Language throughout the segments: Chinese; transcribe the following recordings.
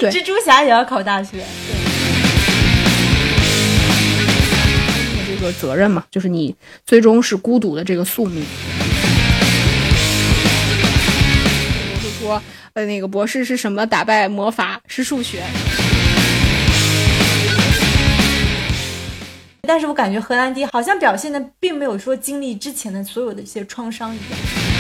对， 蜘蛛侠也要考大学。 这个责任嘛，就是你最终是孤独的这个宿命。就是说，那个博士是什么？打败魔法是数学。 但是我感觉荷兰弟好像表现的并没有说经历之前的所有的一些创伤一样。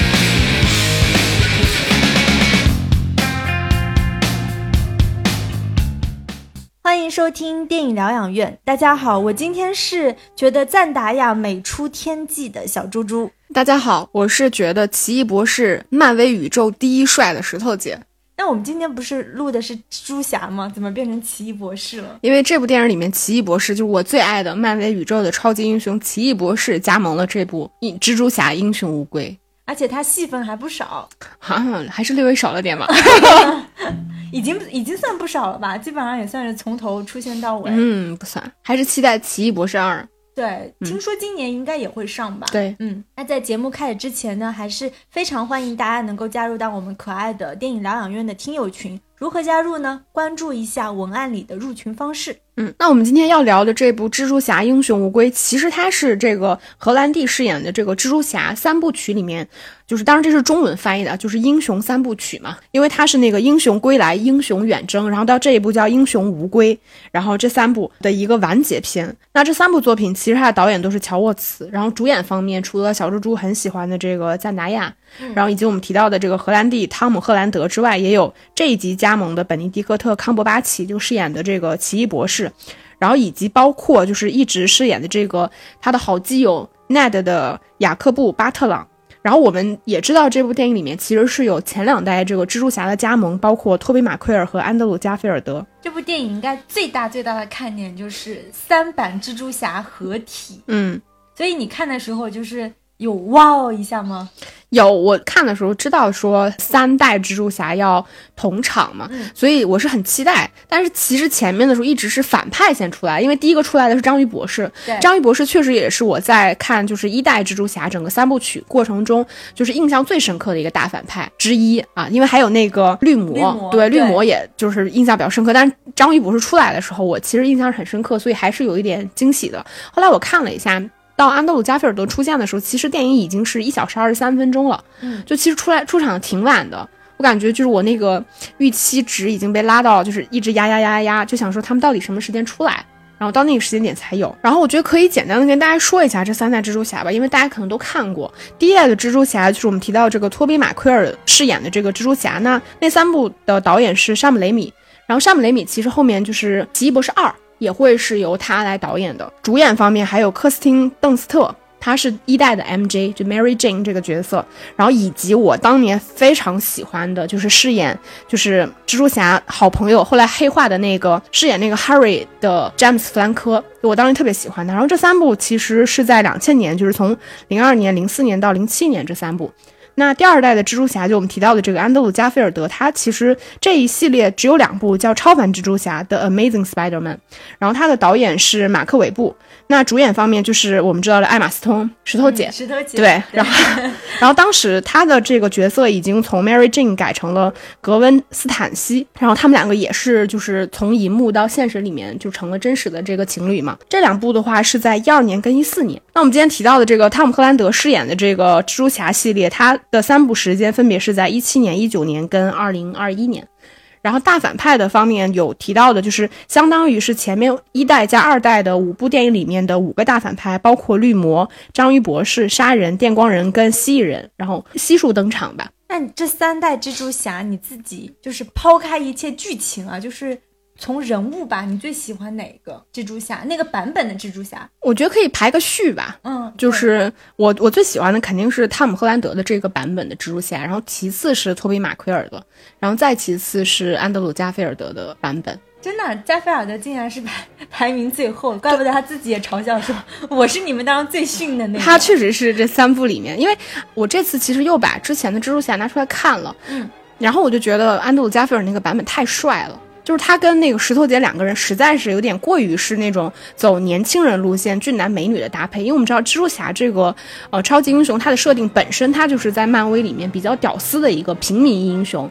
欢迎收听电影疗养院，大家好，我今天是觉得赞达亚美出天际的小猪猪。 大家好，我是觉得奇异博士漫威宇宙第一帅的石头姐。 那我们今天不是录的是蜘蛛侠吗？怎么变成奇异博士了？ 因为这部电影里面奇异博士就是我最爱的漫威宇宙的超级英雄奇异博士加盟了这部蜘蛛侠英雄无归， 而且他戏份还不少， 还是略微少了点吧。 已经算不少了吧，基本上也算是从头出现到尾。 不算，还是期待奇异博士2。 对，听说今年应该也会上吧。 对， 那在节目开始之前呢，还是非常欢迎大家能够加入到我们可爱的电影疗养院的听友群。如何加入呢？关注一下文案里的入群方式。 那我们今天要聊的这部蜘蛛侠英雄无归，其实它是这个荷兰弟饰演的这个蜘蛛侠3部曲里面，就是当然这是中文翻译的，就是英雄3部曲嘛，因为它是那个英雄归来、英雄远征，然后到这一部叫英雄无归，然后这3部的一个完结篇。那这3部作品其实它的导演都是乔沃茨，然后主演方面除了小猪猪很喜欢的这个赞达亚，然后以及我们提到的这个荷兰弟汤姆·赫兰德之外，也有这一集加盟的本尼迪克特·康伯巴奇就饰演的这个奇异博士，然后以及包括就是一直饰演的这个他的好基友 Ned 的雅克布·巴特朗。然后我们也知道这部电影里面其实是有前2代这个蜘蛛侠的加盟，包括托比·马奎尔和安德鲁·加菲尔德。这部电影应该最大的看点就是3版蜘蛛侠合体。所以你看的时候就是有哇哦一下吗？ 有，我看的时候知道说3代蜘蛛侠要同场嘛，所以我是很期待。但是其实前面的时候一直是反派先出来，因为第一个出来的是章鱼博士。章鱼博士确实也是我在看就是1代蜘蛛侠整个3部曲过程中就是印象最深刻的一个大反派之一啊，因为还有那个绿魔，对，绿魔也就是印象比较深刻。但是章鱼博士出来的时候，我其实印象很深刻，所以还是有一点惊喜的。后来我看了一下。到安德鲁·加菲尔德出现的时候，其实电影已经是1小时23分钟了，就其实出场挺晚的。我感觉就是我那个预期值已经被拉到，就是一直压，就想说他们到底什么时间出来，然后到那个时间点才有。然后我觉得可以简单的跟大家说一下这3代蜘蛛侠吧，因为大家可能都看过。第1代的蜘蛛侠就是我们提到这个托比·马奎尔饰演的这个蜘蛛侠，那3部的导演是山姆·雷米，然后山姆·雷米其实后面就是奇异博士2。也会是由他来导演的。主演方面还有科斯汀·邓斯特，他是1代的 MJ 就 Mary Jane 这个角色，然后以及我当年非常喜欢的就是饰演就是蜘蛛侠好朋友后来黑化的那个饰演那个 Harry 的詹姆斯·弗兰科，我当时特别喜欢他。然后这3部其实是在2000年，就是从02年、04年到07年这3部。那第2代的蜘蛛侠就我们提到的这个安德鲁·加菲尔德，他其实这一系列只有2部叫超凡蜘蛛侠 The Amazing Spider-Man， 然后他的导演是马克·韦布。那主演方面就是我们知道的艾玛·斯通石头姐，对，然后当时他的这个角色已经从 Mary Jane 改成了格温·斯坦西，然后他们2个也是就是从银幕到现实里面就成了真实的这个情侣嘛。这2部的话是在12年跟14年。那我们今天提到的这个汤姆·赫兰德饰演的这个蜘蛛侠系列，他的3部时间分别是在17年、19年跟2021年。然后大反派的方面有提到的就是相当于是前面1代加2代的5部电影里面的5个大反派，包括绿魔、章鱼博士、杀人、电光人跟蜥蜴人，然后悉数登场吧。 那这3代蜘蛛侠你自己就是抛开一切剧情啊，就是从人物吧，你最喜欢哪个蜘蛛侠？那个版本的蜘蛛侠？ 我觉得可以排个序吧。就是我最喜欢的肯定是汤姆·赫兰德的这个版本的蜘蛛侠，然后其次是托比·马奎尔的，然后再其次是安德鲁·加菲尔德的版本。 真的，加菲尔德竟然是排名最后，怪不得他自己也嘲笑说我是你们当中最逊的那个。 他确实是这3部里面，因为我这次其实又把之前的蜘蛛侠拿出来看了，然后我就觉得安德鲁·加菲尔那个版本太帅了。就是他跟那个石头姐2个人实在是有点过于是那种走年轻人路线俊男美女的搭配，因为我们知道蜘蛛侠这个超级英雄他的设定本身他就是在漫威里面比较屌丝的一个平民英雄，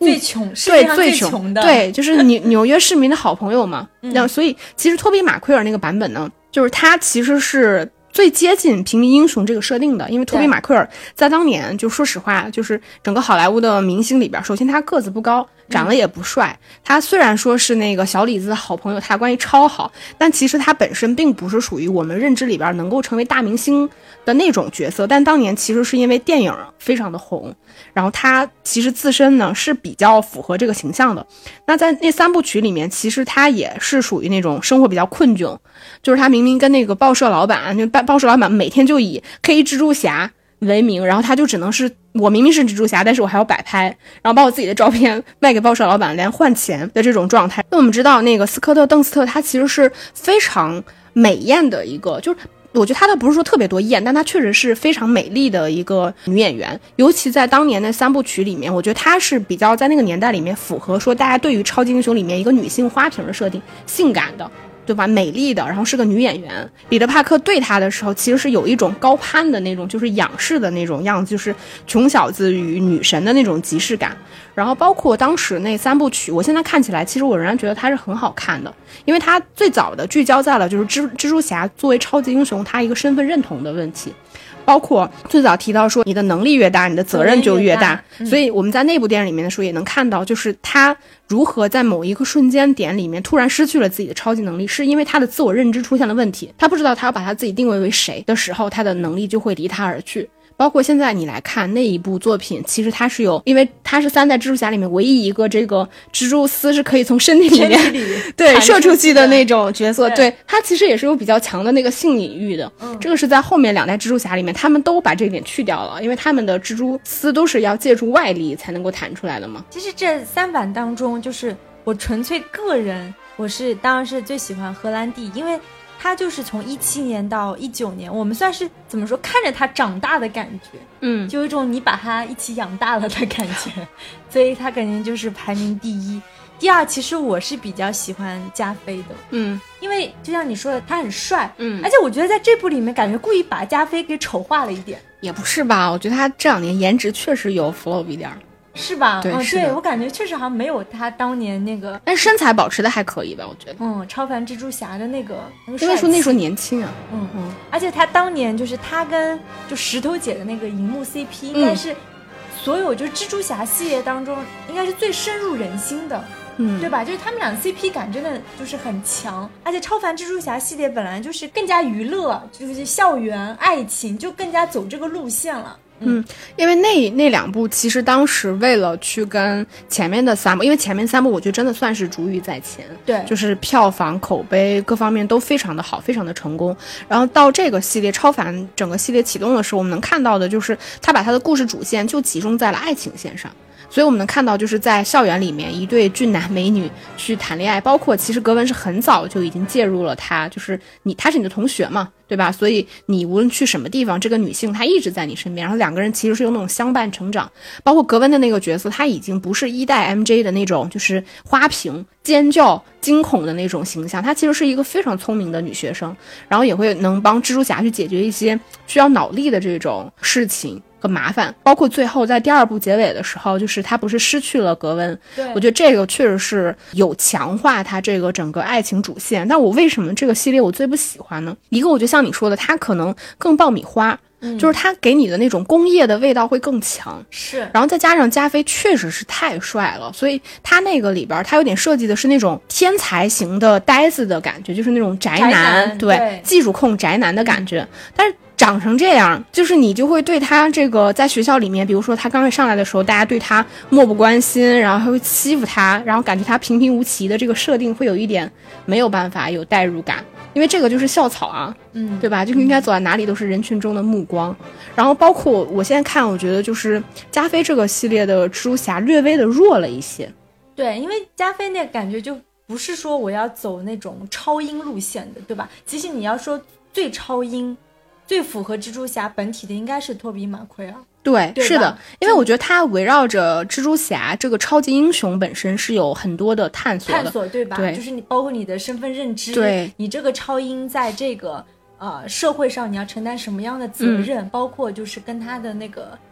最穷，世界上最穷的， 对，就是纽约市民的好朋友嘛。那所以其实托比马奎尔那个版本呢，就是他其实是最接近平民英雄这个设定的，因为托比马奎尔在当年就说实话，就是整个好莱坞的明星里边，首先他个子不高，长得也不帅，他虽然说是那个小李子的好朋友，他关系超好，但其实他本身并不是属于我们认知里边能够成为大明星的那种角色，但当年其实是因为电影非常的红，然后他其实自身呢是比较符合这个形象的。那在那3部曲里面，其实他也是属于那种生活比较困窘，就是他明明跟那个报社老板，就报社老板每天就以黑蜘蛛侠为名，然后他就只能是我明明是蜘蛛侠，但是我还要摆拍，然后把我自己的照片卖给报社老板，连换钱的这种状态。那我们知道那个斯科特·邓斯特，他其实是非常美艳的一个，就是我觉得她倒不是说特别多艳，但她确实是非常美丽的一个女演员，尤其在当年的3部曲里面，我觉得她是比较在那个年代里面符合说大家对于超级英雄里面一个女性花瓶的设定，性感的，对吧？美丽的，然后是个女演员。彼得·帕克对她的时候，其实是有一种高攀的那种，就是仰视的那种样子，就是穷小子与女神的那种即视感。然后包括当时那3部曲，我现在看起来，其实我仍然觉得它是很好看的，因为它最早的聚焦在了就是蜘蛛侠作为超级英雄他一个身份认同的问题。包括最早提到说你的能力越大，你的责任就越大，所以我们在那部电影里面的时候也能看到，就是他如何在某一个瞬间点里面突然失去了自己的超级能力，是因为他的自我认知出现了问题，他不知道他要把他自己定位为谁的时候，他的能力就会离他而去。包括现在你来看那一部作品，其实它是有，因为它是3代蜘蛛侠里面唯一一个这个蜘蛛丝是可以从身体里面对射出去的那种角色，对，它其实也是有比较强的那个性隐喻的。这个是在后面2代蜘蛛侠里面他们都把这一点去掉了，因为他们的蜘蛛丝都是要借助外力才能够弹出来的嘛。 其实这3版当中，就是我纯粹个人，当然是最喜欢荷兰弟，因为他就是从17年到19年，我们算是怎么说，看着他长大的感觉，就有一种你把他一起养大了的感觉，所以他肯定就是排名第1。第2，其实我是比较喜欢加菲的，因为就像你说的，他很帅，而且我觉得在这部里面感觉故意把加菲给丑化了一点。 也不是吧，我觉得他这2年颜值确实有 flop 一点。 是吧？ 对， 对，我感觉确实好像没有他当年那个， 但身材保持的还可以吧，我觉得。 超凡蜘蛛侠的那个因为说那时候年轻啊。 而且他当年就是他跟就石头姐的那个荧幕 CP，应该是所有就是蜘蛛侠系列当中应该是最深入人心的。对吧？就是他们俩 CP 感真的就是很强，而且超凡蜘蛛侠系列本来就是更加娱乐，就是校园爱情，就更加走这个路线了。 因为那2部其实当时为了去跟前面的3部，因为前面3部我觉得真的算是竹于在前， 对， 就是票房口碑各方面都非常的好，非常的成功。然后到这个系列超凡整个系列启动的时候，我们能看到的就是他把他的故事主线就集中在了爱情线上。所以我们能看到就是在校园里面一对俊男美女去谈恋爱，包括其实格温是很早就已经介入了他，就是他是你的同学嘛，对吧？所以你无论去什么地方，这个女性她一直在你身边，然后2个人其实是有那种相伴成长。包括格温的那个角色，他已经不是1代 MJ 的那种就是花瓶尖叫惊恐的那种形象，她其实是一个非常聪明的女学生，然后也会能帮蜘蛛侠去解决一些需要脑力的这种事情和麻烦。包括最后在第2部结尾的时候，就是他不是失去了格温，我觉得这个确实是有强化他这个整个爱情主线。但我为什么这个系列我最不喜欢呢？一个我觉得像你说的，他可能更爆米花，就是他给你的那种工业的味道会更强， 是。 然后再加上加菲确实是太帅了，所以他那个里边他有点设计的是那种天才型的呆子的感觉，就是那种宅男，对，技术控宅男的感觉。但是长成这样，就是你就会对他这个在学校里面，比如说他刚才上来的时候，大家对他漠不关心，然后还会欺负他，然后感觉他平平无奇的这个设定会有一点没有办法有代入感，因为这个就是校草啊，对吧？就应该走在哪里都是人群中的目光。然后包括我现在看，我觉得就是加菲这个系列的蜘蛛侠略微的弱了一些。 对，因为加菲那感觉就不是说我要走那种超英路线的，对吧？其实你要说最超英最符合蜘蛛侠本体的应该是托比马奎尔。 对，是的，因为我觉得它围绕着蜘蛛侠这个超级英雄本身是有很多的探索， 对吧？对，就是你包括你的身份认知， 对， 你这个超英在这个社会上你要承担什么样的责任，包括就是跟他的那个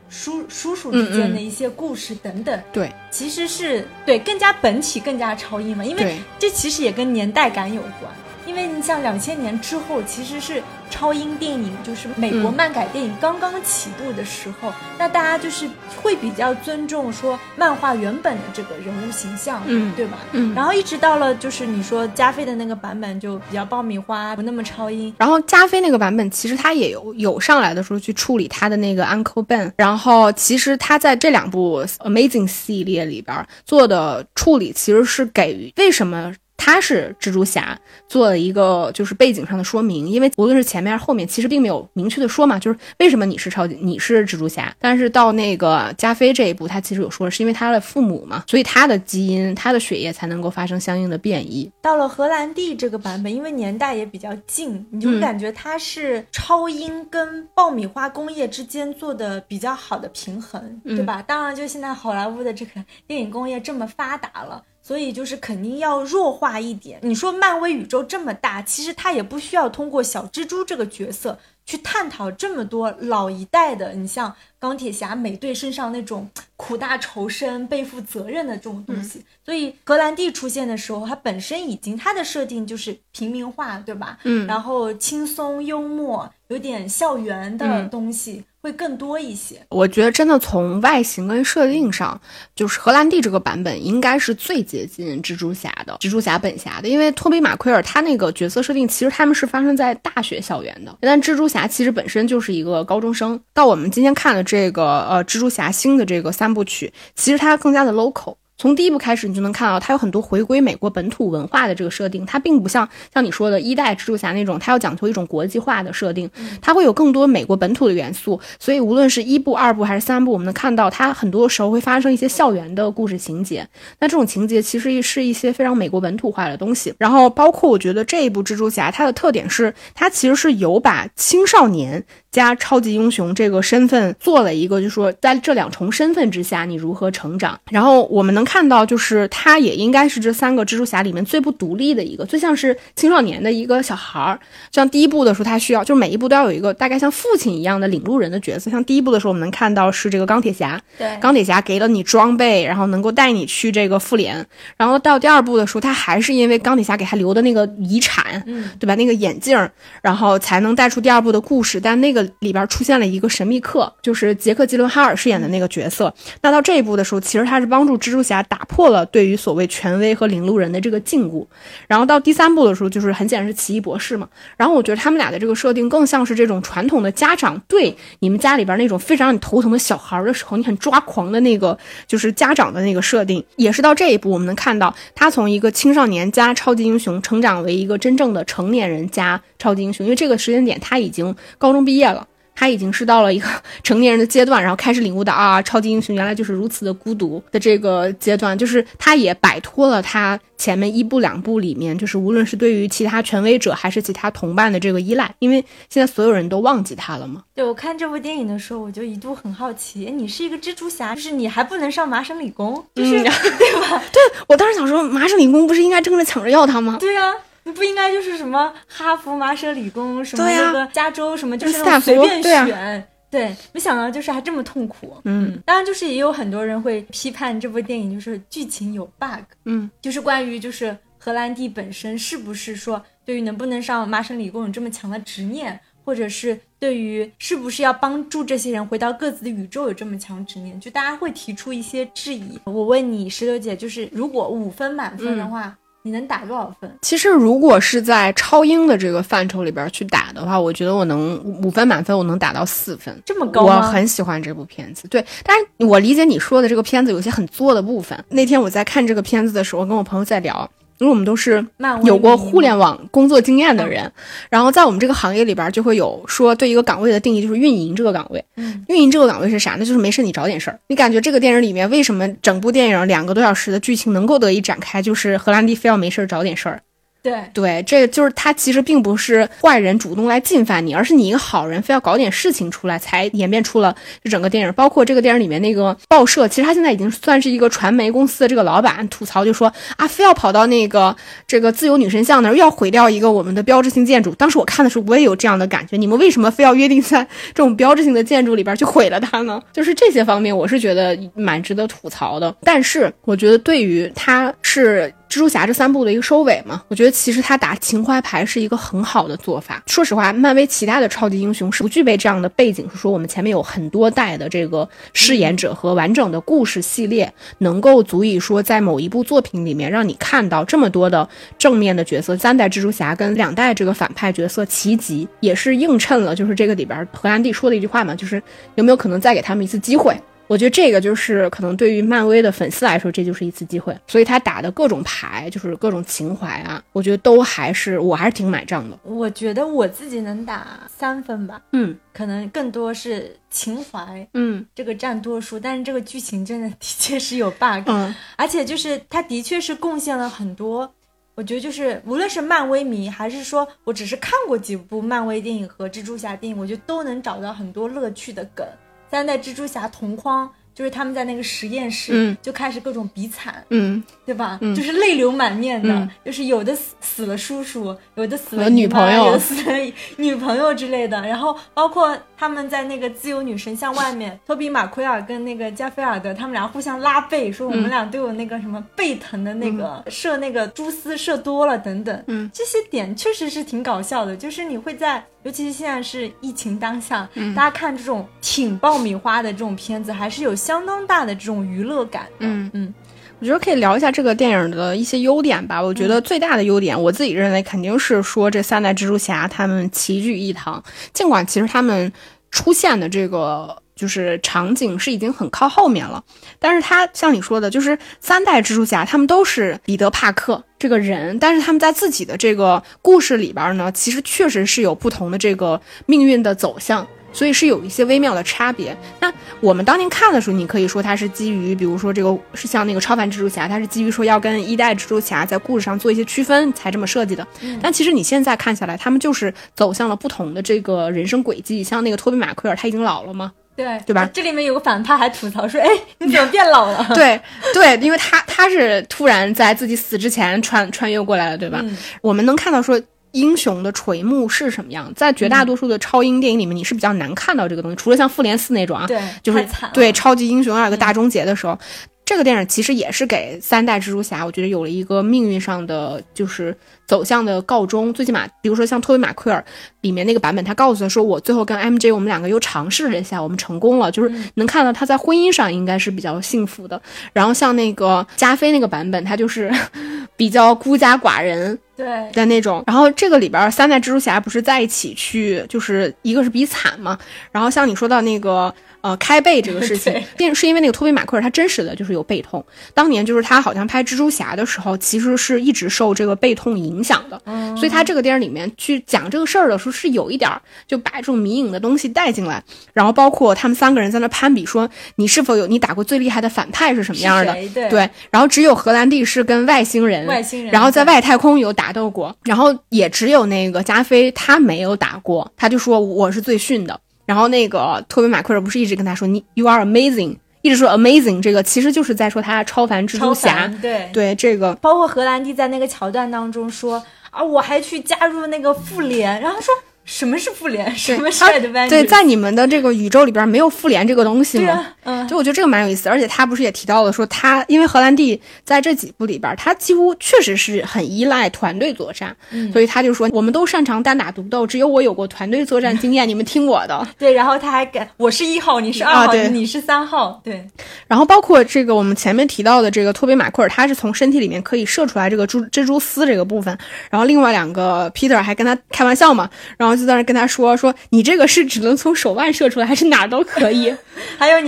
叔叔之间的一些故事等等， 对， 其实是对更加本体更加超英嘛，因为这其实也跟年代感有关。因为你像2000年之后其实是超英电影就是美国漫改电影刚刚起步的时候，那大家就是会比较尊重说漫画原本的这个人物形象，对吧？然后一直到了就是你说加菲的那个版本就比较爆米花，不那么超英。 然后加菲那个版本其实他也有上来的时候去处理他的那个 Uncle Ben， 然后其实他在这2部 Amazing 系列里边做的处理其实是给予为什么他是蜘蛛侠做了一个就是背景上的说明，因为无论是前面后面其实并没有明确的说嘛，就是为什么你是蜘蛛侠，但是到那个加菲这一步他其实有说是因为他的父母嘛，所以他的基因他的血液才能够发生相应的变异。 到了荷兰弟这个版本因为年代也比较近，你就感觉他是超英跟爆米花工业之间做的比较好的平衡，对吧？当然就现在好莱坞的这个电影工业这么发达了，所以就是肯定要弱化一点。你说漫威宇宙这么大，其实它也不需要通过小蜘蛛这个角色去探讨这么多老一代的，你像钢铁侠、美队身上那种苦大仇深、背负责任的这种东西。所以荷兰弟出现的时候，它本身已经它的设定就是平民化，对吧？然后轻松幽默，有点校园的东西。会更多一些。 我觉得真的从外形跟设定上，就是荷兰弟这个版本应该是最接近蜘蛛侠本侠的，因为托比马奎尔他那个角色设定其实他们是发生在大学校园的，但蜘蛛侠其实本身就是一个高中生。到我们今天看的这个蜘蛛侠新的这个3部曲，其实它更加的 local。从第1部开始你就能看到它有很多回归美国本土文化的这个设定，它并不像你说的1代蜘蛛侠那种它要讲究一种国际化的设定，它会有更多美国本土的元素。所以无论是1部2部还是3部，我们能看到它很多时候会发生一些校园的故事情节，那这种情节其实是一些非常美国本土化的东西。然后包括我觉得这一部蜘蛛侠它的特点是它其实是有把青少年加超级英雄这个身份做了一个，就是说在这2重身份之下你如何成长。然后我们能看到就是他也应该是这3个蜘蛛侠里面最不独立的一个，最像是青少年的一个小孩。像第1部的时候他需要就是每一部都要有一个大概像父亲一样的领路人的角色，像第1部的时候我们能看到是这个钢铁侠， 对， 钢铁侠给了你装备，然后能够带你去这个复联。然后到第2部的时候他还是因为钢铁侠给他留的那个遗产，对吧，那个眼镜，然后才能带出第2部的故事。但那个里边出现了一个神秘客，就是杰克·吉伦哈尔饰演的那个角色。那到这一部的时候其实他是帮助蜘蛛侠打破了对于所谓权威和领路人的这个禁锢。然后到第3部的时候就是很显然是奇异博士嘛。然后我觉得他们俩的这个设定更像是这种传统的家长对你们家里边那种非常让你头疼的小孩的时候你很抓狂的那个就是家长的那个设定。也是到这一步我们能看到他从一个青少年加超级英雄成长为一个真正的成年人加超级英雄，因为这个时间点他已经高中毕业了，他已经是到了一个成年人的阶段，然后开始领悟到啊，超级英雄原来就是如此的孤独的这个阶段，就是他也摆脱了他前面1部2部里面就是无论是对于其他权威者还是其他同伴的这个依赖，因为现在所有人都忘记他了嘛。 对，我看这部电影的时候我就一度很好奇，你是一个蜘蛛侠，就是你还不能上麻省理工，就是对吧？ 对，我当时想说麻省理工不是应该争着抢着要他吗？ 对啊，你不应该就是什么哈佛、麻省理工什么那个加州什么，就是那种随便选。对，没想到就是还这么痛苦。当然就是也有很多人会批判这部电影就是剧情有 bug。就是关于就是荷兰弟本身是不是说对于能不能上麻省理工有这么强的执念，或者是对于是不是要帮助这些人回到各自的宇宙有这么强执念，就大家会提出一些质疑。我问你石榴姐，就是如果5分满分的话，你能打多少分？其实如果是在超英的这个范畴里边去打的话，我觉得我能5分满分我能打到4分， 这么高吗？ 我很喜欢这部片子。对，但是我理解你说的这个片子有些很作的部分。那天我在看这个片子的时候跟我朋友在聊，因为我们都是有过互联网工作经验的人，然后在我们这个行业里边就会有说对一个岗位的定义就是运营这个岗位。运营这个岗位是啥呢？就是没事你找点事儿。你感觉这个电影里面为什么整部电影2个多小时的剧情能够得以展开，就是荷兰弟非要没事找点事儿。 对，这个就是他其实并不是坏人主动来进犯你，而是你一个好人非要搞点事情出来，才演变出了这整个电影。包括这个电影里面那个报社，其实他现在已经算是一个传媒公司的这个老板，吐槽就说啊，非要跑到那个这个自由女神像那儿，又要毁掉一个我们的标志性建筑。当时我看的时候我也有这样的感觉，你们为什么非要约定在这种标志性的建筑里边去毁了它呢？就是这些方面我是觉得蛮值得吐槽的。但是我觉得对于他是蜘蛛侠这3部的一个收尾嘛，我觉得其实他打情怀牌是一个很好的做法。说实话，漫威其他的超级英雄是不具备这样的背景，是说我们前面有很多代的这个饰演者和完整的故事系列，能够足以说在某一部作品里面让你看到这么多的正面的角色，3代蜘蛛侠跟2代这个反派角色齐集，也是映衬了就是这个里边荷兰弟说的一句话嘛，就是有没有可能再给他们一次机会。我觉得这个就是可能对于漫威的粉丝来说，这就是一次机会，所以他打的各种牌，就是各种情怀啊，我觉得都我还是挺买账的。 我觉得我自己能打3分吧，可能更多是情怀，这个占多数，但是这个剧情真的确是有 bug，而且就是他的确是贡献了很多。我觉得就是无论是漫威迷，还是说我只是看过几部漫威电影和蜘蛛侠电影，我觉得都能找到很多乐趣的梗。3代蜘蛛侠同框，就是他们在那个实验室就开始各种比惨，对吧？就是泪流满面的，就是有的死了叔叔，有的死了女朋友， 有的死了女朋友之类的。然后包括他们在那个自由女神像外面，托比马奎尔跟那个加菲尔德他们俩互相拉背，说我们俩都有那个什么背疼的那个射那个蛛丝射多了等等，这些点确实是挺搞笑的。就是你会在尤其是现在是疫情当下，大家看这种挺爆米花的这种片子，还是有相当大的这种娱乐感的。 我觉得可以聊一下这个电影的一些优点吧。我觉得最大的优点，我自己认为肯定是说这3代蜘蛛侠他们齐聚一堂，尽管其实他们出现的这个就是场景是已经很靠后面了，但是他像你说的，就是3代蜘蛛侠他们都是彼得帕克这个人，但是他们在自己的这个故事里边呢，其实确实是有不同的这个命运的走向，所以是有一些微妙的差别。那我们当年看的时候，你可以说它是基于比如说这个是像那个超凡蜘蛛侠，它是基于说要跟1代蜘蛛侠在故事上做一些区分才这么设计的，但其实你现在看下来，他们就是走向了不同的这个人生轨迹。像那个托比马奎尔他已经老了嘛，对吧？ 这里面有个反派还吐槽说，哎，你怎么变老了？ 对，因为他是突然在自己死之前穿越过来了，对吧？我们能看到说英雄的垂暮是什么样，在绝大多数的超英电影里面，你是比较难看到这个东西，除了像复联4那种啊，就是对超级英雄要有个大终结的时候。这个电影其实也是给3代蜘蛛侠我觉得有了一个命运上的就是走向的告终。最起码比如说像托比马奎尔里面那个版本，他告诉他说我最后跟 MJ 我们两个又尝试了一下，我们成功了，就是能看到他在婚姻上应该是比较幸福的。然后像那个加菲那个版本，他就是比较孤家寡人的那种。然后这个里边3代蜘蛛侠不是在一起去就是一个是比惨嘛，然后像你说到那个开背这个事情，是因为那个托比马奎尔他真实的就是有背痛，当年就是他好像拍蜘蛛侠的时候其实是一直受这个背痛影响的，所以他这个电影里面去讲这个事儿的时候是有一点就把这种迷影的东西带进来，然后包括他们3个人在那攀比说你是否有你打过最厉害的反派是什么样的，对，然后只有荷兰弟是跟外星人然后在外太空有打斗过，然后也只有那个加菲他没有打过，他就说我是最逊的。然后那个托比马奎尔不是一直跟他说你 You are amazing， 一直说 amazing， 这个其实就是在说他超凡蜘蛛侠。对这个包括荷兰弟在那个桥段当中说啊，我还去加入那个复联，然后说什么是复联，什么是 Adventures？ 对，在你们的这个宇宙里边没有复联这个东西吗？就我觉得这个蛮有意思，而且他不是也提到了说他因为荷兰弟在这几部里边他几乎确实是很依赖团队作战，所以他就说我们都擅长单打独斗，只有我有过团队作战经验，你们听我的。 对，然后他还改我是1号，你是2号，你是3号。对， 然后包括这个我们前面提到的这个托比马奎尔，他是从身体里面可以射出来这个蜘蛛丝这个部分，然后另外2个 Peter 还跟他开玩笑嘛，然后就在那跟他说你这个是只能从手腕射出来还是哪儿都可以还有你这个蛛丝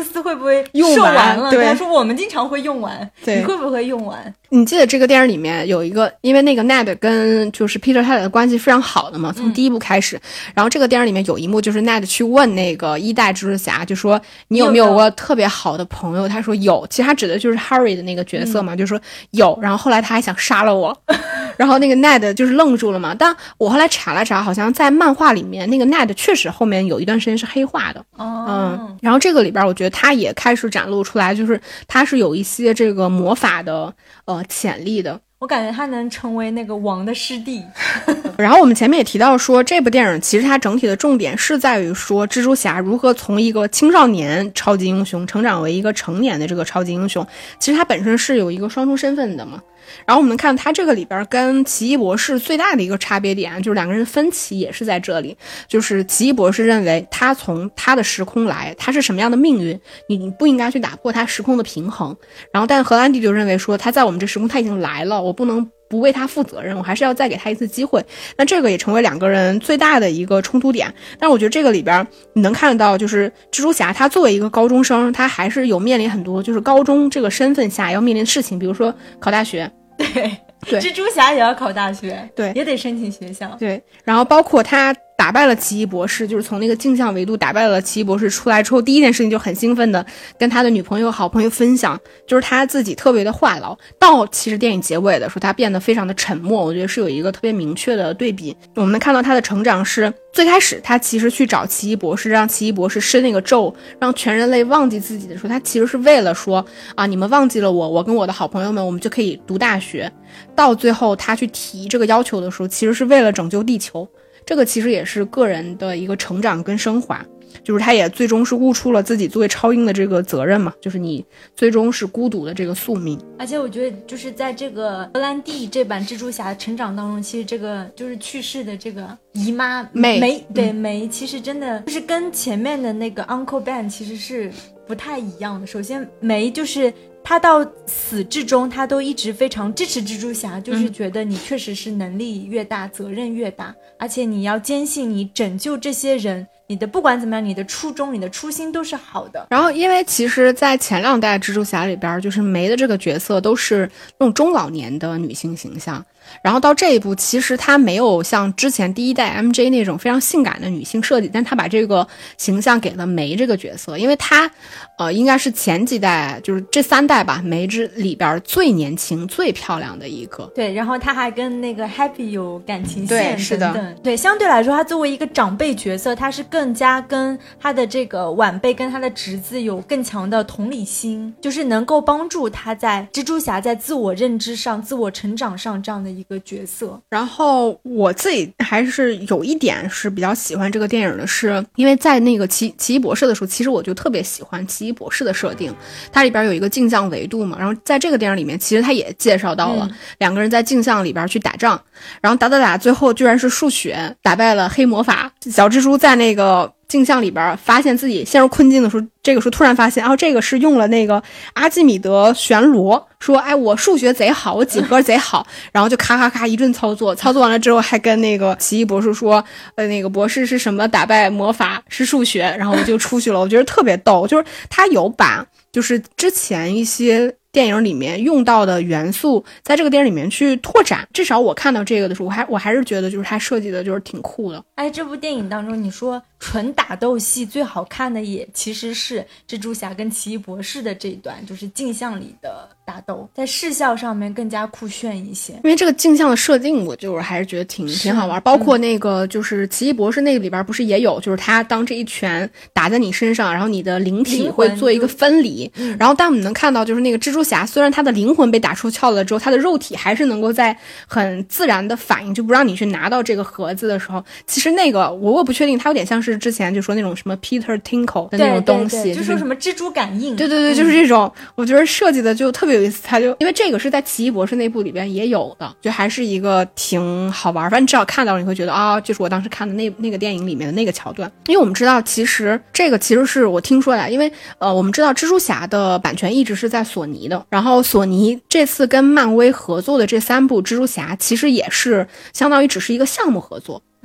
斯会不会用完了？ 对， 他说我们经常会用完， 对， 你会不会用完？ 你记得这个电影里面有一个，因为那个 Ned 跟就是 Peter 他俩的关系非常好的嘛，从第一部开始，然后这个电影里面有一幕就是 Ned 去问那个一代蜘蛛侠，就说你有没有过特别好的朋友？他说有，其实他指的就是 Harry 的那个角色嘛，就说有，然后后来他还想杀了我，然后那个 Ned 就是愣住了嘛。但我后来查了查，好像在漫画里面那个 Ned 确实后面有一段时间是黑化的，然后这个里边我觉得他也开始展露出来，就是他是有一些这个魔法的潜力的。 我感觉他能成为那个王的师弟。 然后我们前面也提到说，这部电影其实它整体的重点是在于说蜘蛛侠如何从一个青少年超级英雄成长为一个成年的这个超级英雄，其实他本身是有一个双重身份的嘛。然后我们看他这个里边跟奇异博士最大的一个差别点，就是两个人分歧也是在这里，就是奇异博士认为他从他的时空来，他是什么样的命运，你不应该去打破他时空的平衡。然后但荷兰弟就认为说，他在我们这时空他已经来了，我不能不为他负责任，我还是要再给他一次机会。那这个也成为两个人最大的一个冲突点。但是我觉得这个里边你能看得到，就是蜘蛛侠他作为一个高中生，他还是有面临很多就是高中这个身份下要面临的事情，比如说考大学。对， 蜘蛛侠也要考大学， 对， 也得申请学校， 对。然后包括他打败了奇异博士，就是从那个镜像维度打败了奇异博士出来之后，第一件事情就很兴奋的跟他的女朋友好朋友分享，就是他自己特别的话痨，到其实电影结尾的时候他变得非常的沉默，我觉得是有一个特别明确的对比。我们能看到他的成长是，最开始他其实去找奇异博士，让奇异博士施那个咒，让全人类忘记自己的时候，他其实是为了说啊，你们忘记了我跟我的好朋友们，我们就可以读大学。到最后他去提这个要求的时候，其实是为了拯救地球。这个其实也是个人的一个成长跟升华，就是他也最终是悟出了自己作为超英的这个责任嘛，就是你最终是孤独的这个宿命。 而且我觉得就是在这个荷兰弟这版蜘蛛侠成长当中，其实这个就是去世的这个姨妈梅，对梅，其实真的就是跟前面的那个 Uncle Ben 其实是不太一样的。首先梅就是他到死至终他都一直非常支持蜘蛛侠，就是觉得你确实是能力越大责任越大，而且你要坚信你拯救这些人，你的不管怎么样你的初衷你的初心都是好的。 然后因为其实在前两代蜘蛛侠里边，就是梅的这个角色都是那种中老年的女性形象，然后到这一部其实她没有像之前第一代 MJ 那种非常性感的女性设计，但她把这个形象给了梅这个角色，因为她应该是前几代就是这三代吧，梅之里边最年轻最漂亮的一个。 对，然后她还跟那个 Happy 有感情线等等。 对，是的。 对，相对来说她作为一个长辈角色，她是更加跟她的这个晚辈跟她的侄子有更强的同理心，就是能够帮助她在蜘蛛侠在自我认知上自我成长上这样的一个角色。 然后我自己还是有一点是比较喜欢这个电影的，是因为在那个奇异博士的时候，其实我就特别喜欢奇异博士的设定，它里边有一个镜像维度嘛，然后在这个电影里面其实它也介绍到了两个人在镜像里边去打仗，然后打最后居然是数学打败了黑魔法。小蜘蛛在那个镜像里边发现自己陷入困境的时候，这个时候突然发现这个是用了那个阿基米德旋螺，说我数学贼好，我几何贼好，然后就咔咔咔一顿操作完了之后还跟那个奇异博士说那个博士是什么打败魔法是数学，然后我就出去了。我觉得特别逗，就是他有把就是之前一些电影里面用到的元素在这个电影里面去拓展，至少我看到这个的时候我还是觉得就是他设计的就是挺酷的。 这部电影当中你说纯打斗戏最好看的也其实是蜘蛛侠跟奇异博士的这一段，就是镜像里的打斗，在视效上面更加酷炫一些。 因为这个镜像的设定我就是还是觉得挺好玩，包括那个就是奇异博士那个里边不是也有，就是他当这一拳打在你身上，然后你的灵体会做一个分离，然后但我们能看到就是那个蜘蛛侠虽然他的灵魂被打出窍了之后，他的肉体还是能够在很自然的反应，就不让你去拿到这个盒子的时候，其实那个我不确定，他有点像是之前就说那种什么 Peter Tinkle 的那种东西， 对，就说什么蜘蛛感应， 对，就是这种，我觉得设计的就特别有意思。他就因为这个是在奇异博士那部里边也有的，就还是一个挺好玩，反正至少看到你会觉得就是我当时看的那个电影里面的那个桥段。因为我们知道其实这个其实是我听说的，因为我们知道蜘蛛侠的版权一直是在索尼的，然后索尼这次跟漫威合作的这3部蜘蛛侠其实也是相当于只是一个项目合作，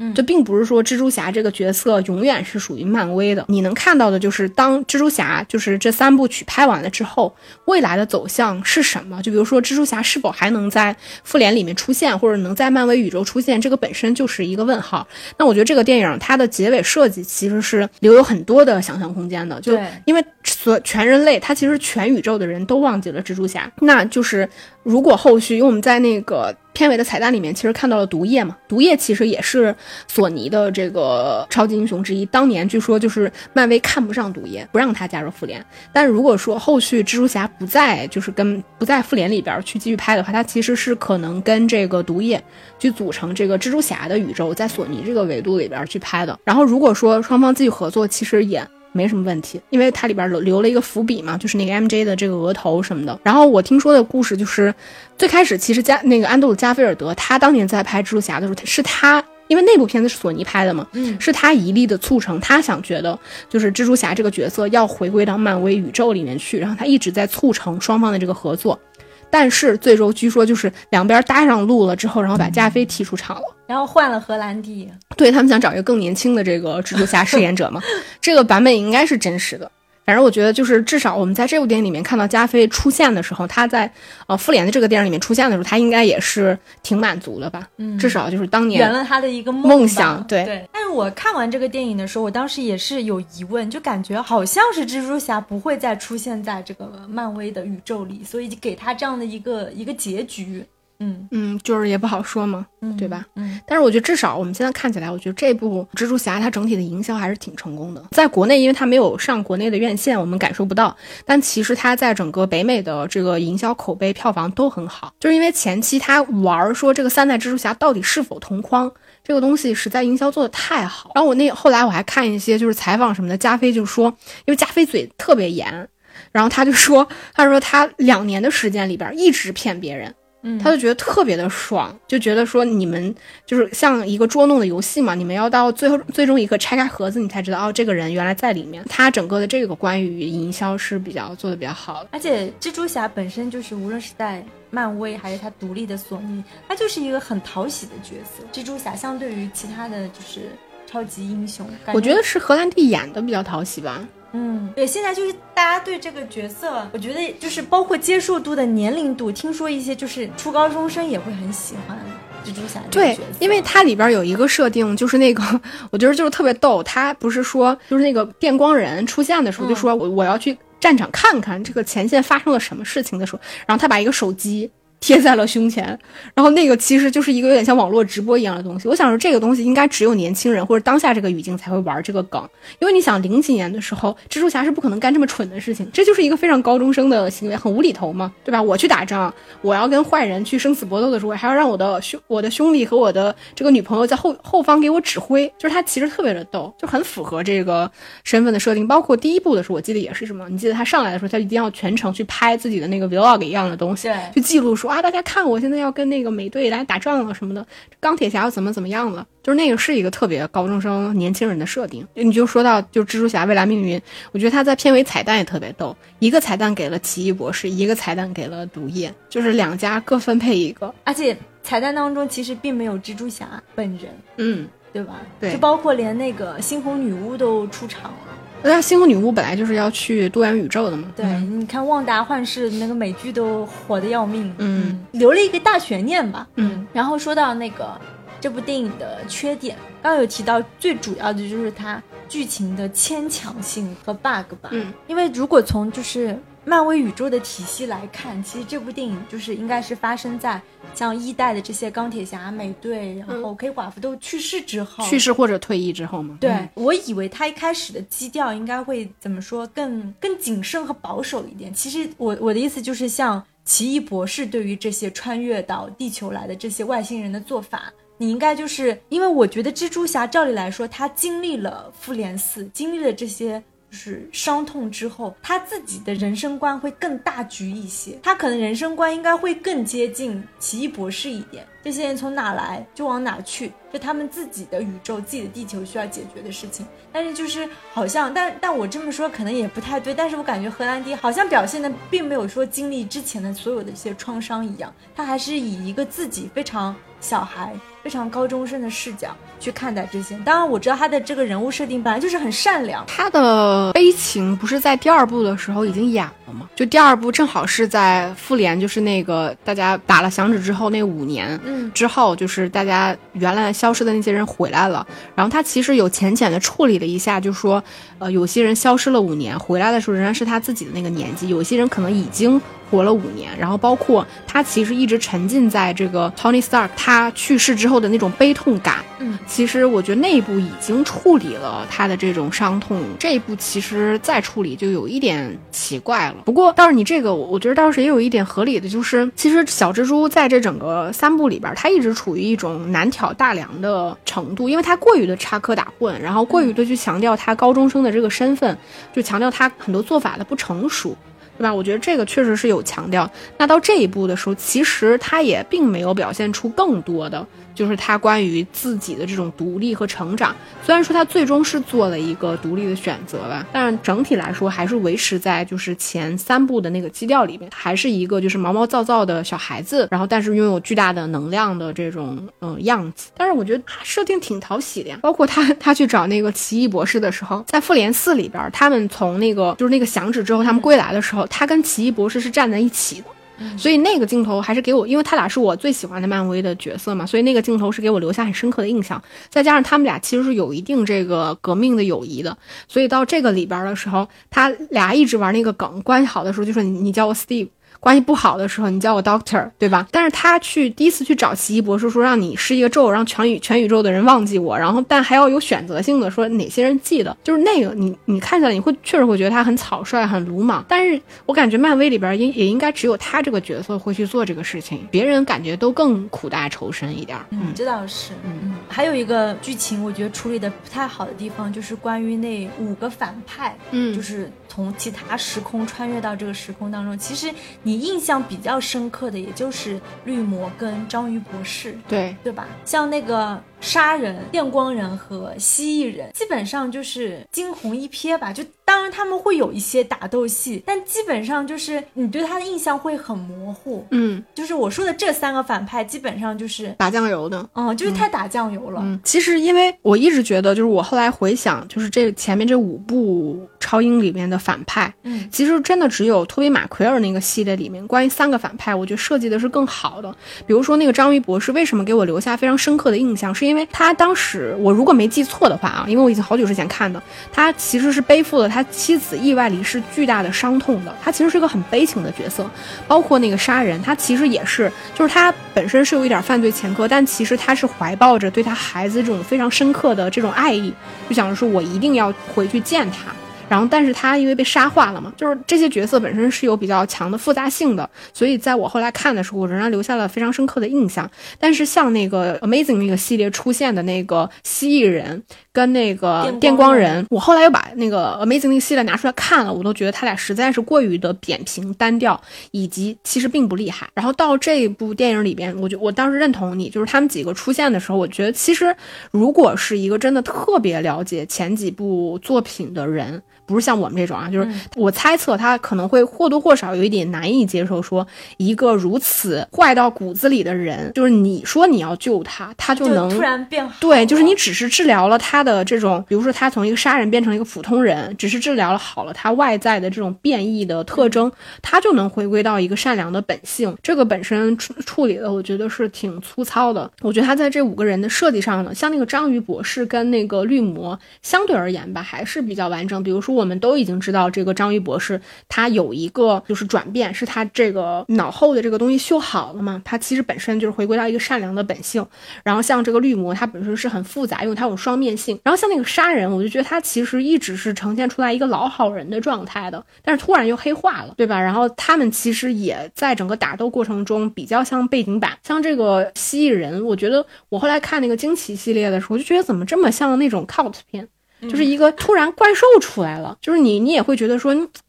就并不是说蜘蛛侠这个角色永远是属于漫威的。你能看到的就是当蜘蛛侠就是这3部曲拍完了之后，未来的走向是什么，就比如说蜘蛛侠是否还能在复联里面出现，或者能在漫威宇宙出现，这个本身就是一个问号。那我觉得这个电影它的结尾设计其实是留有很多的想象空间的，就因为全人类它其实全宇宙的人都忘记了蜘蛛侠，那就是如果后续，因为我们在那个片尾的彩蛋里面其实看到了毒液嘛，毒液其实也是索尼的这个超级英雄之一，当年据说就是漫威看不上毒液，不让他加入复联，但是如果说后续蜘蛛侠不在复联里边去继续拍的话，他其实是可能跟这个毒液去组成这个蜘蛛侠的宇宙，在索尼这个维度里边去拍的。然后如果说双方继续合作，其实也没什么问题，因为它里边留了一个伏笔嘛，就是那个 MJ 的这个额头什么的。然后我听说的故事就是最开始其实那个安东尼加菲尔德他当年在拍蜘蛛侠的时候，是他因为那部片子是索尼拍的嘛，是他一力的促成，他想觉得就是蜘蛛侠这个角色要回归到漫威宇宙里面去，然后他一直在促成双方的这个合作。但是最终据说就是两边搭上路了之后，然后把加菲踢出场了， 然后换了荷兰弟。 对，他们想找一个更年轻的这个蜘蛛侠饰演者嘛这个版本应该是真实的。反正我觉得就是至少我们在这部电影里面看到加菲出现的时候，他在复联的这个电影里面出现的时候，他应该也是挺满足的吧，至少就是当年圆了他的一个梦想。 对。但是我看完这个电影的时候，我当时也是有疑问，就感觉好像是蜘蛛侠不会再出现在这个漫威的宇宙里，所以就给他这样的一个结局。 就是也不好说嘛，对吧？但是我觉得至少我们现在看起来，我觉得这部蜘蛛侠它整体的营销还是挺成功的。在国内，因为它没有上国内的院线，我们感受不到，但其实它在整个北美的这个营销口碑票房都很好，就是因为前期它玩说这个3代蜘蛛侠到底是否同框这个东西实在营销做的太好。然后后来我还看一些就是采访什么的，加菲就说，因为加菲嘴特别严，然后他说他2年的时间里边一直骗别人，他就觉得特别的爽，就觉得说你们就是像一个捉弄的游戏嘛，你们要到最终一刻拆开盒子，你才知道这个人原来在里面。他整个的这个关于营销是做的比较好的。 而且蜘蛛侠本身就是无论是在漫威还是他独立的索尼，他就是一个很讨喜的角色。蜘蛛侠相对于其他的就是超级英雄， 我觉得是荷兰弟演的比较讨喜吧。 对，现在就是大家对这个角色，我觉得就是包括接受度的年龄度，听说一些就是初高中生也会很喜欢蜘蛛侠这个角色。 对，因为它里边有一个设定，就是那个我觉得就是特别逗，他不是说就是那个电光人出现的时候就说我要去战场看看这个前线发生了什么事情的时候，然后他把一个手机贴在了胸前，然后那个其实就是一个有点像网络直播一样的东西。我想说这个东西应该只有年轻人或者当下这个语境才会玩这个梗，因为你想00几年的时候蜘蛛侠是不可能干这么蠢的事情，这就是一个非常高中生的行为，很无厘头嘛，对吧？我去打仗，我要跟坏人去生死搏斗的时候，还要让我的兄弟和我的这个女朋友在后方给我指挥，就是他其实特别的逗，就很符合这个身份的设定。包括第1部的时候我记得也是什么，你记得他上来的时候他一定要全程去拍自己的那个 vlog 一样的东西，去记录说大家看我现在要跟那个美队来打仗了什么的，钢铁侠要怎么样了，就是那个是一个特别高中生年轻人的设定。你就说到就蜘蛛侠未来命运，我觉得他在片尾彩蛋也特别逗，一个彩蛋给了奇异博士，一个彩蛋给了毒液，就是2家各分配一个。 而且彩蛋当中其实并没有蜘蛛侠本人，对吧？ 对， 就包括连那个猩红女巫都出场了。 那猩红女巫本来就是要去多元宇宙的嘛。 对，你看旺达幻视那个美剧都火得要命，留了一个大悬念吧。然后说到那个这部电影的缺点，刚刚有提到最主要的就是它剧情的牵强性和 bug 吧。因为如果从就是漫威宇宙的体系来看，其实这部电影就是应该是发生在像1代的这些钢铁侠、美队，然后黑寡妇都去世之后， 去世或者退役之后嘛。 对，我以为他一开始的基调应该会怎么说，更谨慎和保守一点。其实我的意思就是像奇异博士对于这些穿越到地球来的这些外星人的做法，你应该就是因为我觉得蜘蛛侠照理来说他经历了复联4，经历了这些就是伤痛之后，他自己的人生观会更大局一些，他可能人生观应该会更接近奇异博士一点，这些人从哪来就往哪去，就他们自己的宇宙自己的地球需要解决的事情。但是就是好像但我这么说可能也不太对，但是我感觉荷兰弟好像表现的并没有说经历之前的所有的一些创伤一样，他还是以一个自己非常小孩非常高中生的视角去看待这些。当然我知道他的这个人物设定本来就是很善良， 他的悲情不是在第2部的时候已经演了吗？就第2部正好是在复联，就是那个大家打了响指之后那5年之后，就是大家原来消失的那些人回来了，然后他其实有浅浅的处理了一下，就说有些人消失了5年回来的时候仍然是他自己的那个年纪，有些人可能已经活了5年，然后包括他其实一直沉浸在这个 Tony Stark 他去世之后的那种悲痛感。其实我觉得那一部已经处理了他的这种伤痛，这一部其实再处理就有一点奇怪了。不过倒是你这个我觉得倒是也有一点合理的，就是其实小蜘蛛在这整个3部里边他一直处于一种难挑大梁的程度，因为他过于的插科打诨，然后过于的去强调他高中生的这个身份，就强调他很多做法的不成熟，对吧？我觉得这个确实是有强调。那到这一步的时候，其实他也并没有表现出更多的就是他关于自己的这种独立和成长。虽然说他最终是做了一个独立的选择吧，但是整体来说还是维持在就是前3部的那个基调里面，还是一个就是毛毛躁躁的小孩子，然后但是拥有巨大的能量的这种样子。但是我觉得他设定挺讨喜的呀，包括他去找那个奇异博士的时候，在复联4里边，他们从那个就是那个响指之后他们归来的时候，他跟奇异博士是站在一起的。所以那个镜头还是给我，因为他俩是我最喜欢的漫威的角色嘛，所以那个镜头是给我留下很深刻的印象。再加上他们俩其实是有一定这个革命的友谊的，所以到这个里边的时候，他俩一直玩那个梗，关系好的时候就说你叫我 Steve，关系不好的时候你叫我 Doctor， 对吧？但是他第一次去找奇异博士说让你施一个咒，让全宇宙的人忘记我，然后但还要有选择性的说哪些人记得，就是那个你看起来你确实会觉得他很草率很鲁莽，但是我感觉漫威里边也应该只有他这个角色会去做这个事情，别人感觉都更苦大仇深一点。 这倒是。还有一个剧情我觉得处理的不太好的地方，就是关于那5个反派，就是从其他时空穿越到这个时空当中，其实你印象比较深刻的也就是绿魔跟章鱼博士，对吧？像那个杀人、电光人和蜥蜴人基本上就是惊鸿一瞥吧，就当然他们会有一些打斗戏，但基本上就是你对他的印象会很模糊。就是我说的这3个反派基本上就是打酱油的， 就是太打酱油了。 其实因为我一直觉得，就是我后来回想，就是这前面这5部超英里面的反派，其实真的只有托比马奎尔那个系列里面关于3个反派，我觉得设计的是更好的。比如说那个章鱼博士为什么给我留下非常深刻的印象，是因为他当时我如果没记错的话啊，因为我已经好久之前看的，他其实是背负了他妻子意外离世巨大的伤痛的，他其实是一个很悲情的角色。包括那个杀人，他其实也是，就是他本身是有一点犯罪前科，但其实他是怀抱着对他孩子这种非常深刻的这种爱意，就想着说我一定要回去见他。然后但是他因为被沙化了嘛，就是这些角色本身是有比较强的复杂性的，所以在我后来看的时候我仍然留下了非常深刻的印象。但是像那个 Amazing 那个系列出现的那个蜥蜴人跟那个电光人，我后来又把那个 Amazing 那个系列拿出来看了，我都觉得他俩实在是过于的扁平单调，以及其实并不厉害。然后到这部电影里边，我当时认同你，就是他们几个出现的时候，我觉得其实如果是一个真的特别了解前几部作品的人，不是像我们这种啊，就是我猜测他可能会或多或少有一点难以接受，说一个如此坏到骨子里的人，就是你说你要救他，他就能突然变好。 对，就是你只是治疗了他的这种，比如说他从一个杀人变成一个普通人，只是治疗了好了他外在的这种变异的特征，他就能回归到一个善良的本性。这个本身处理的我觉得是挺粗糙的。我觉得他在这5个人的设计上呢，像那个章鱼博士跟那个绿魔相对而言吧还是比较完整。比如说我们都已经知道这个章鱼博士他有一个就是转变，是他这个脑后的这个东西修好了嘛，他其实本身就是回归到一个善良的本性。然后像这个绿魔他本身是很复杂，因为他有双面性。然后像那个杀人，我就觉得他其实一直是呈现出来一个老好人的状态的，但是突然又黑化了，对吧？然后他们其实也在整个打斗过程中比较像背景板。像这个蜥蜴人，我觉得我后来看那个惊奇系列的时候，我就觉得怎么这么像那种 cult 片，就是一个突然怪兽出来了，就是你也会觉得说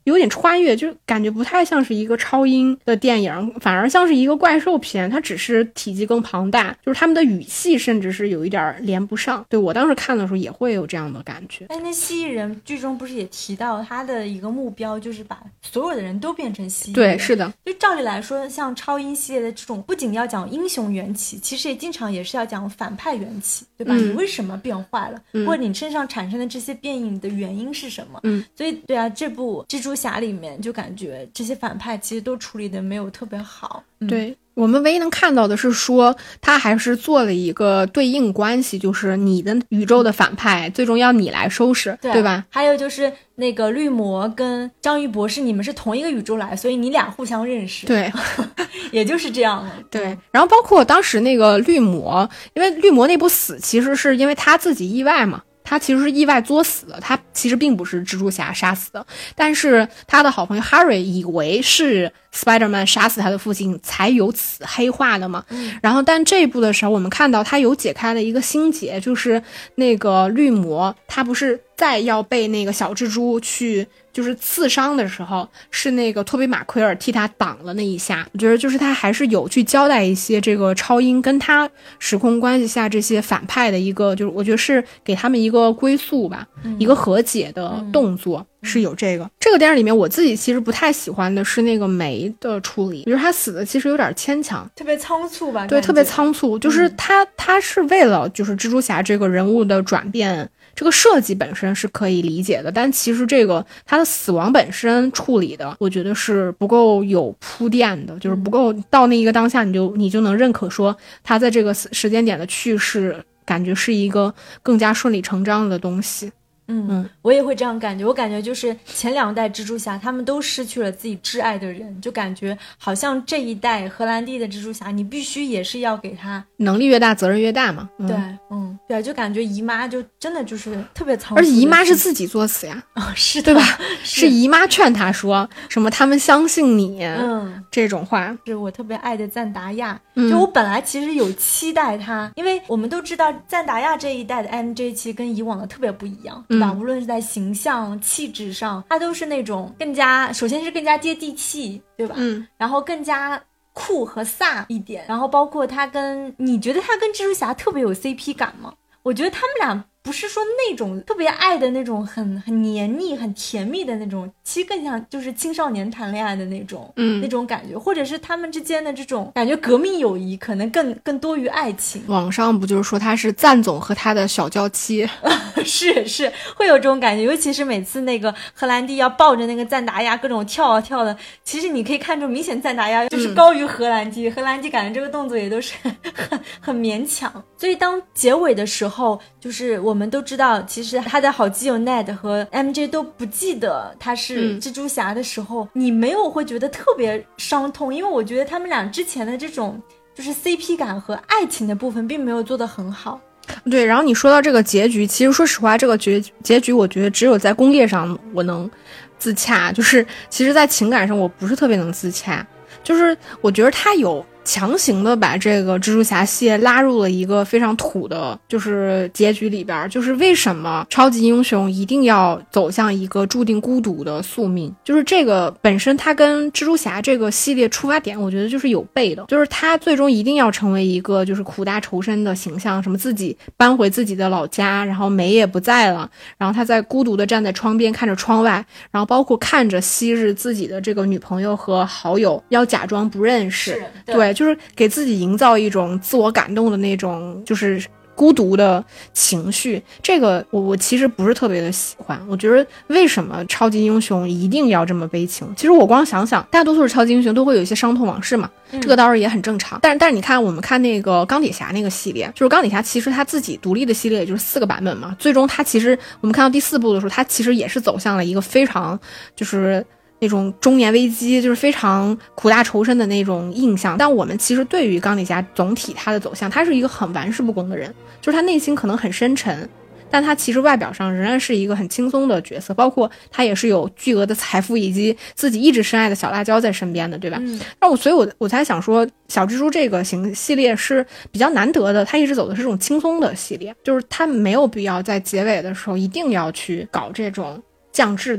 有点穿越，就感觉不太像是一个超英的电影，反而像是一个怪兽片，它只是体积更庞大，就是他们的语气甚至是有一点连不上。对，我当时看的时候也会有这样的感觉。 那蜥蜴人剧中不是也提到他的一个目标就是把所有的人都变成蜥蜴人？ 对，是的。 就照理来说，像超英系列的这种不仅要讲英雄缘起，其实也经常也是要讲反派缘起，对吧？你为什么变坏了，或者你身上产生的这些变异的原因是什么？所以对啊，这部蜘蛛侠里面就感觉这些反派其实都处理的没有特别好。 对，我们唯一能看到的是说他还是做了一个对应关系，就是你的宇宙的反派最终要你来收拾， 对吧？ 还有就是那个绿魔跟章鱼博士你们是同一个宇宙来，所以你俩互相认识。 对也就是这样了。 对，然后包括当时那个绿魔，因为绿魔那部死其实是因为他自己意外嘛，他其实是意外作死的，他其实并不是蜘蛛侠杀死的，但是他的好朋友 Harry 以为是 Spider-Man 杀死他的父亲，才有此黑化的嘛。然后但这一部的时候我们看到他有解开了一个心结，就是那个绿魔他不是再要被那个小蜘蛛去就是刺伤的时候，是那个托比马奎尔替他挡了那一下。我觉得就是他还是有去交代一些这个超英跟他时空关系下这些反派的一个，就是我觉得是给他们一个归宿吧，一个和解的动作。是有这个电影里面，我自己其实不太喜欢的是那个梅的处理，就是他死的其实有点牵强， 特别仓促吧？ 对，特别仓促，就是他是为了就是蜘蛛侠这个人物的转变，这个设计本身是可以理解的，但其实这个他的死亡本身处理的，我觉得是不够有铺垫的，就是不够到那一个当下你就能认可说他在这个时间点的去世，感觉是一个更加顺理成章的东西。 我也会这样感觉。我感觉就是前两代蜘蛛侠他们都失去了自己挚爱的人，就感觉好像这一代荷兰弟的蜘蛛侠你必须也是要给他能力越大责任越大嘛。 对，就感觉姨妈就真的就是特别仓促， 而且姨妈是自己作死呀。 是的， 对吧？是姨妈劝他说什么他们相信你这种话。 是我特别爱的赞达亚，就我本来其实有期待他，因为我们都知道赞达亚这一代的 MJ 其实跟以往的特别不一样，对吧？无论是在形象气质上，他都是那种首先是更加接地气，对吧？然后更加酷和飒一点，然后包括你觉得他跟蜘蛛侠特别有 CP 感吗？我觉得他们俩不是说那种特别爱的那种很黏腻很甜蜜的那种，其实更像就是青少年谈恋爱的那种那种感觉，或者是他们之间的这种感觉革命友谊可能更多于爱情。 网上不就是说他是赞总和他的小娇妻是会有这种感觉，尤其是每次那个荷兰弟要抱着那个赞达亚各种跳啊跳的，其实你可以看出明显赞达亚就是高于荷兰弟，荷兰弟感觉这个动作也都是很勉强。所以当结尾的时候，就是我们都知道其实他的好基友 Ned 和 MJ 都不记得他是蜘蛛侠的时候，你没有会觉得特别伤痛，因为我觉得他们俩之前的这种就是 CP 感和爱情的部分并没有做得很好。 对，然后你说到这个结局，其实说实话这个结局我觉得只有在工业上我能自洽，就是其实在情感上我不是特别能自洽，就是我觉得他有强行的把这个蜘蛛侠系列拉入了一个非常土的就是结局里边，就是为什么超级英雄一定要走向一个注定孤独的宿命，就是这个本身它跟蜘蛛侠这个系列出发点我觉得就是有悖的，就是他最终一定要成为一个就是苦大仇深的形象，什么自己搬回自己的老家，然后梅也不在了，然后他在孤独的站在窗边看着窗外，然后包括看着昔日自己的这个女朋友和好友要假装不认识，对，就是给自己营造一种自我感动的那种就是孤独的情绪，这个我其实不是特别的喜欢。我觉得为什么超级英雄一定要这么悲情，其实我光想想大多数超级英雄都会有一些伤痛往事嘛，这个倒是也很正常。但是你看我们看那个钢铁侠那个系列，就是钢铁侠其实他自己独立的系列也就是4个版本嘛，最终他其实我们看到第4部的时候，他其实也是走向了一个非常就是那种中年危机，就是非常苦大仇深的那种印象。但我们其实对于钢铁侠总体他的走向，他是一个很玩世不恭的人，就是他内心可能很深沉，但他其实外表上仍然是一个很轻松的角色，包括他也是有巨额的财富以及自己一直深爱的小辣椒在身边的，对吧？所以我才想说小蜘蛛这个系列是比较难得的，他一直走的是这种轻松的系列，就是他没有必要在结尾的时候一定要去搞这种降智的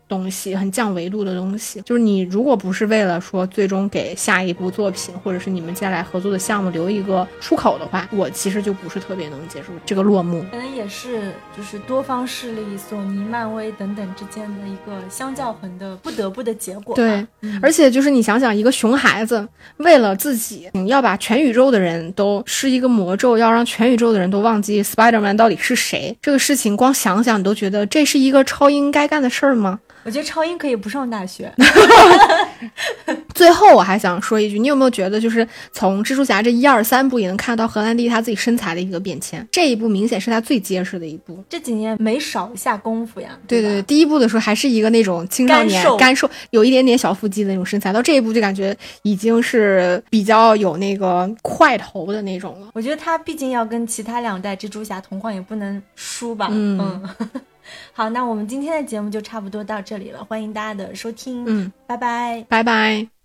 东西，很降维度的东西。就是你如果不是为了说最终给下一部作品或者是你们接下来合作的项目留一个出口的话，我其实就不是特别能接受这个落幕。 可能也是就是多方势力，索尼、漫威等等之间的一个相较衡的不得不的结果吧。 对，而且就是你想想，一个熊孩子为了自己要把全宇宙的人都施一个魔咒，要让全宇宙的人都忘记 Spider-Man 到底是谁，这个事情光想想你都觉得这是一个超英该干的事儿吗？ 我觉得超英可以不上大学。 最后我还想说一句，你有没有觉得就是从蜘蛛侠这1、2、3部也能看到荷兰弟他自己身材的一个变迁，这一部明显是他最结实的一部， 这几年没少下功夫呀。 对对对，第一部的时候还是一个那种青少年干瘦有一点点小腹肌的那种身材，到这一部就感觉已经是比较有那个块头的那种了。 我觉得他毕竟要跟其他2代蜘蛛侠同框也不能输吧。好，那我们今天的节目就差不多到这里了，欢迎大家的收听。拜拜。 拜拜。